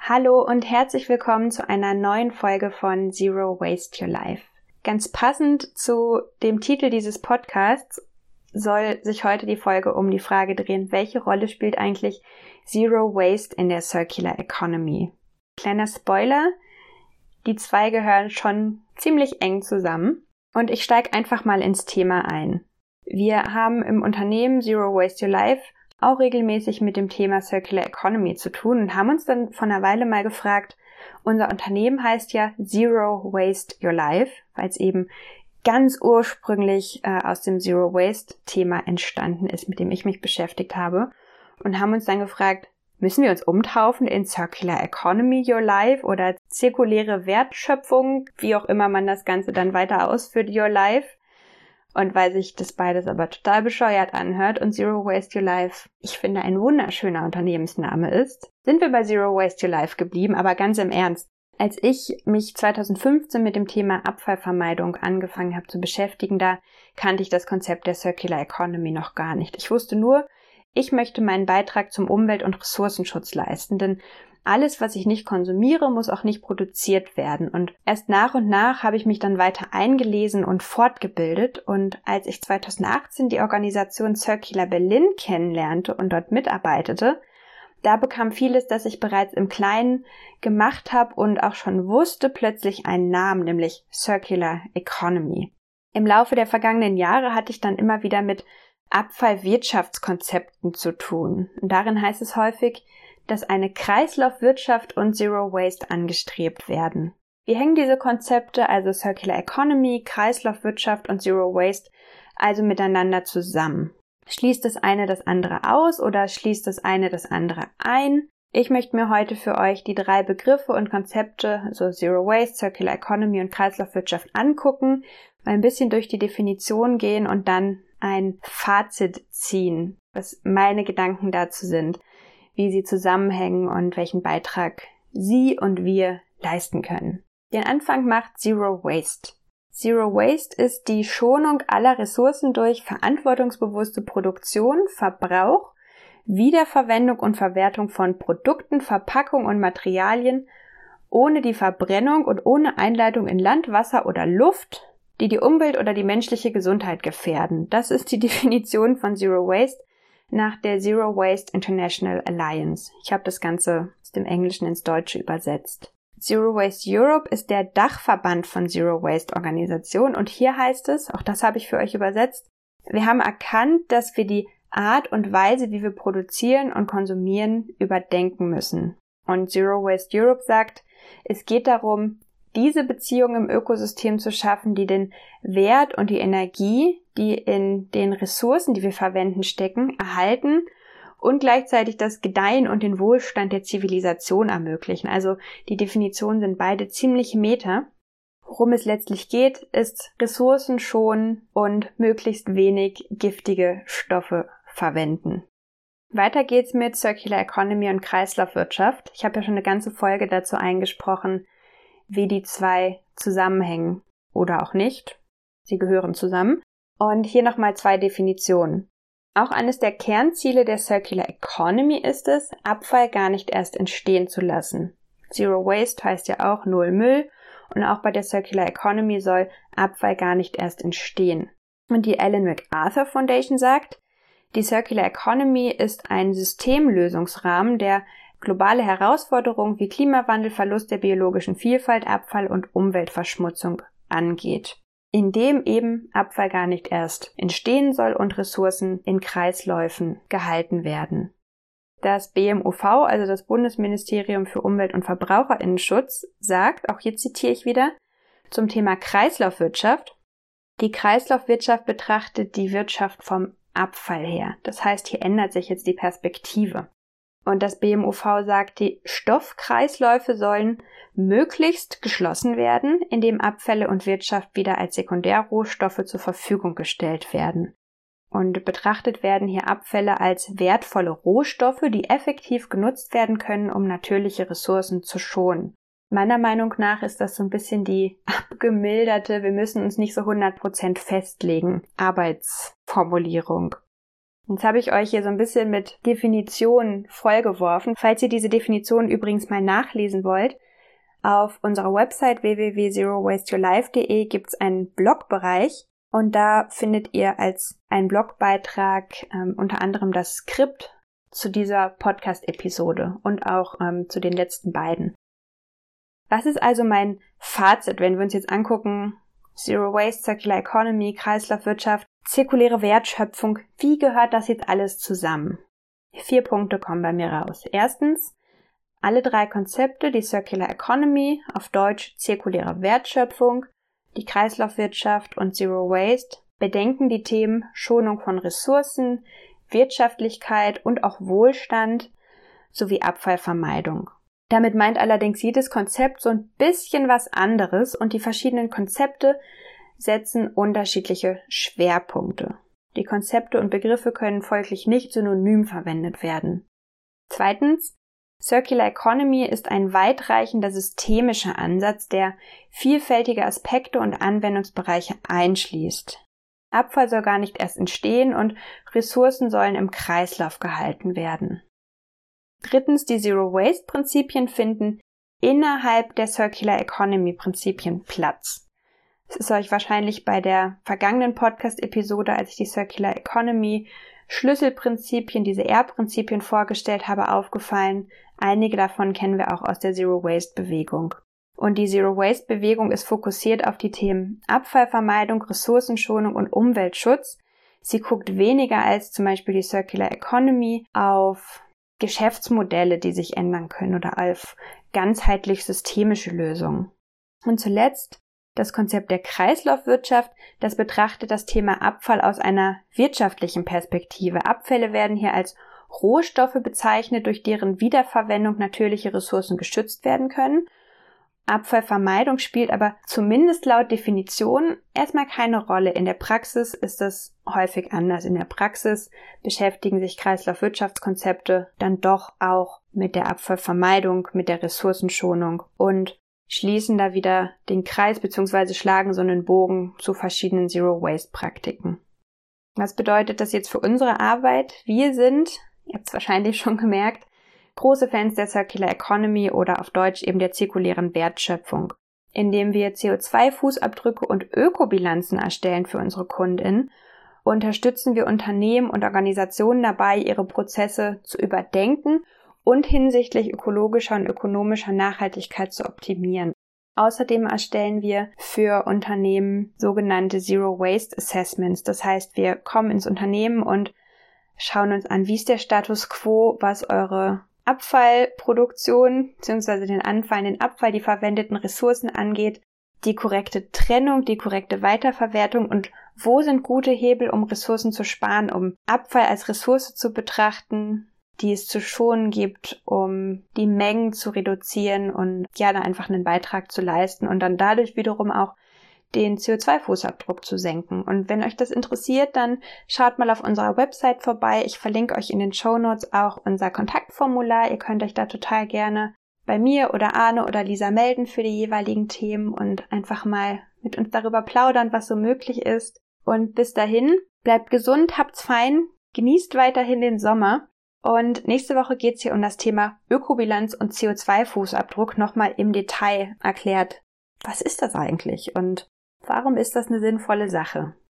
Hallo und herzlich willkommen zu einer neuen Folge von Zero Waste Your Life. Ganz passend zu dem Titel dieses Podcasts soll sich heute die Folge um die Frage drehen, welche Rolle spielt eigentlich Zero Waste in der Circular Economy? Kleiner Spoiler, die zwei gehören schon ziemlich eng zusammen und ich steige einfach mal ins Thema ein. Wir haben im Unternehmen Zero Waste Your Life auch regelmäßig mit dem Thema Circular Economy zu tun und haben uns dann vor einer Weile mal gefragt, unser Unternehmen heißt ja Zero Waste Your Life, weil es eben ganz ursprünglich aus dem Zero Waste Thema entstanden ist, mit dem ich mich beschäftigt habe, und haben uns dann gefragt, müssen wir uns umtaufen in Circular Economy Your Life oder zirkuläre Wertschöpfung, wie auch immer man das Ganze dann weiter ausführt, Your Life. Und weil sich das beides aber total bescheuert anhört und Zero Waste Your Life, ich finde, ein wunderschöner Unternehmensname ist, sind wir bei Zero Waste Your Life geblieben, aber ganz im Ernst. Als ich mich 2015 mit dem Thema Abfallvermeidung angefangen habe zu beschäftigen, da kannte ich das Konzept der Circular Economy noch gar nicht. Ich wusste nur, ich möchte meinen Beitrag zum Umwelt- und Ressourcenschutz leisten, denn alles, was ich nicht konsumiere, muss auch nicht produziert werden. Und erst nach und nach habe ich mich dann weiter eingelesen und fortgebildet. Und als ich 2018 die Organisation Circular Berlin kennenlernte und dort mitarbeitete, da bekam vieles, das ich bereits im Kleinen gemacht habe und auch schon wusste, plötzlich einen Namen, nämlich Circular Economy. Im Laufe der vergangenen Jahre hatte ich dann immer wieder mit Abfallwirtschaftskonzepten zu tun. Und darin heißt es häufig, dass eine Kreislaufwirtschaft und Zero Waste angestrebt werden. Wie hängen diese Konzepte, also Circular Economy, Kreislaufwirtschaft und Zero Waste, also miteinander zusammen? Schließt das eine das andere aus oder schließt das eine das andere ein? Ich möchte mir heute für euch die drei Begriffe und Konzepte, also Zero Waste, Circular Economy und Kreislaufwirtschaft angucken, mal ein bisschen durch die Definition gehen und dann ein Fazit ziehen, was meine Gedanken dazu sind, wie sie zusammenhängen und welchen Beitrag Sie und wir leisten können. Den Anfang macht Zero Waste. Zero Waste ist die Schonung aller Ressourcen durch verantwortungsbewusste Produktion, Verbrauch, Wiederverwendung und Verwertung von Produkten, Verpackung und Materialien ohne die Verbrennung und ohne Einleitung in Land, Wasser oder Luft, die die Umwelt oder die menschliche Gesundheit gefährden. Das ist die Definition von Zero Waste nach der Zero Waste International Alliance. Ich habe das Ganze aus dem Englischen ins Deutsche übersetzt. Zero Waste Europe ist der Dachverband von Zero Waste Organisationen und hier heißt es, auch das habe ich für euch übersetzt, wir haben erkannt, dass wir die Art und Weise, wie wir produzieren und konsumieren, überdenken müssen. Und Zero Waste Europe sagt, es geht darum, diese Beziehung im Ökosystem zu schaffen, die den Wert und die Energie, die in den Ressourcen, die wir verwenden, stecken, erhalten und gleichzeitig das Gedeihen und den Wohlstand der Zivilisation ermöglichen. Also die Definitionen sind beide ziemlich meta. Worum es letztlich geht, ist Ressourcen schonen und möglichst wenig giftige Stoffe verwenden. Weiter geht's mit Circular Economy und Kreislaufwirtschaft. Ich habe ja schon eine ganze Folge dazu eingesprochen, wie die zwei zusammenhängen oder auch nicht. Sie gehören zusammen. Und hier nochmal zwei Definitionen. Auch eines der Kernziele der Circular Economy ist es, Abfall gar nicht erst entstehen zu lassen. Zero Waste heißt ja auch Null Müll und auch bei der Circular Economy soll Abfall gar nicht erst entstehen. Und die Ellen MacArthur Foundation sagt, die Circular Economy ist ein Systemlösungsrahmen, der globale Herausforderungen wie Klimawandel, Verlust der biologischen Vielfalt, Abfall und Umweltverschmutzung angeht, indem eben Abfall gar nicht erst entstehen soll und Ressourcen in Kreisläufen gehalten werden. Das BMUV, also das Bundesministerium für Umwelt- und Verbraucherinnenschutz, sagt, auch hier zitiere ich wieder, zum Thema Kreislaufwirtschaft, die Kreislaufwirtschaft betrachtet die Wirtschaft vom Abfall her. Das heißt, hier ändert sich jetzt die Perspektive. Und das BMUV sagt, die Stoffkreisläufe sollen möglichst geschlossen werden, indem Abfälle und Wirtschaft wieder als Sekundärrohstoffe zur Verfügung gestellt werden. Und betrachtet werden hier Abfälle als wertvolle Rohstoffe, die effektiv genutzt werden können, um natürliche Ressourcen zu schonen. Meiner Meinung nach ist das so ein bisschen die abgemilderte, wir müssen uns nicht so 100% festlegen, Arbeitsformulierung. Jetzt habe ich euch hier so ein bisschen mit Definitionen vollgeworfen. Falls ihr diese Definitionen übrigens mal nachlesen wollt, auf unserer Website www.zerowasteyourlife.de gibt es einen Blogbereich und da findet ihr als einen Blogbeitrag unter anderem das Skript zu dieser Podcast-Episode und auch zu den letzten beiden. Was ist also mein Fazit, wenn wir uns jetzt angucken, Zero Waste, Circular Economy, Kreislaufwirtschaft, zirkuläre Wertschöpfung, wie gehört das jetzt alles zusammen? 4 Punkte kommen bei mir raus. Erstens, alle 3 Konzepte, die Circular Economy, auf Deutsch zirkuläre Wertschöpfung, die Kreislaufwirtschaft und Zero Waste, bedenken die Themen Schonung von Ressourcen, Wirtschaftlichkeit und auch Wohlstand sowie Abfallvermeidung. Damit meint allerdings jedes Konzept so ein bisschen was anderes und die verschiedenen Konzepte setzen unterschiedliche Schwerpunkte. Die Konzepte und Begriffe können folglich nicht synonym verwendet werden. Zweitens, Circular Economy ist ein weitreichender systemischer Ansatz, der vielfältige Aspekte und Anwendungsbereiche einschließt. Abfall soll gar nicht erst entstehen und Ressourcen sollen im Kreislauf gehalten werden. Drittens, die Zero Waste Prinzipien finden innerhalb der Circular Economy Prinzipien Platz. Es ist euch wahrscheinlich bei der vergangenen Podcast-Episode, als ich die Circular Economy Schlüsselprinzipien, diese R-Prinzipien vorgestellt habe, aufgefallen. Einige davon kennen wir auch aus der Zero Waste Bewegung. Und die Zero Waste Bewegung ist fokussiert auf die Themen Abfallvermeidung, Ressourcenschonung und Umweltschutz. Sie guckt weniger als zum Beispiel die Circular Economy auf Geschäftsmodelle, die sich ändern können oder auf ganzheitlich systemische Lösungen. Und zuletzt das Konzept der Kreislaufwirtschaft, das betrachtet das Thema Abfall aus einer wirtschaftlichen Perspektive. Abfälle werden hier als Rohstoffe bezeichnet, durch deren Wiederverwendung natürliche Ressourcen geschützt werden können. Abfallvermeidung spielt aber zumindest laut Definition erstmal keine Rolle. In der Praxis ist das häufig anders. In der Praxis beschäftigen sich Kreislaufwirtschaftskonzepte dann doch auch mit der Abfallvermeidung, mit der Ressourcenschonung und schließen da wieder den Kreis bzw. schlagen so einen Bogen zu verschiedenen Zero-Waste-Praktiken. Was bedeutet das jetzt für unsere Arbeit? Wir sind, ihr habt es wahrscheinlich schon gemerkt, große Fans der Circular Economy oder auf Deutsch eben der zirkulären Wertschöpfung, indem wir CO2-Fußabdrücke und Ökobilanzen erstellen für unsere KundInnen, unterstützen wir Unternehmen und Organisationen dabei, ihre Prozesse zu überdenken und hinsichtlich ökologischer und ökonomischer Nachhaltigkeit zu optimieren. Außerdem erstellen wir für Unternehmen sogenannte Zero Waste Assessments. Das heißt, wir kommen ins Unternehmen und schauen uns an, wie ist der Status quo, was eure Abfallproduktion bzw. den anfallenden Abfall, die verwendeten Ressourcen angeht, die korrekte Trennung, die korrekte Weiterverwertung und wo sind gute Hebel, um Ressourcen zu sparen, um Abfall als Ressource zu betrachten, die es zu schonen gibt, um die Mengen zu reduzieren und ja, da einfach einen Beitrag zu leisten und dann dadurch wiederum auch den CO2-Fußabdruck zu senken. Und wenn euch das interessiert, dann schaut mal auf unserer Website vorbei. Ich verlinke euch in den Shownotes auch unser Kontaktformular. Ihr könnt euch da total gerne bei mir oder Arne oder Lisa melden für die jeweiligen Themen und einfach mal mit uns darüber plaudern, was so möglich ist. Und bis dahin, bleibt gesund, habt's fein, genießt weiterhin den Sommer. Und nächste Woche geht's hier um das Thema Ökobilanz und CO2-Fußabdruck nochmal im Detail erklärt. Was ist das eigentlich und warum ist das eine sinnvolle Sache?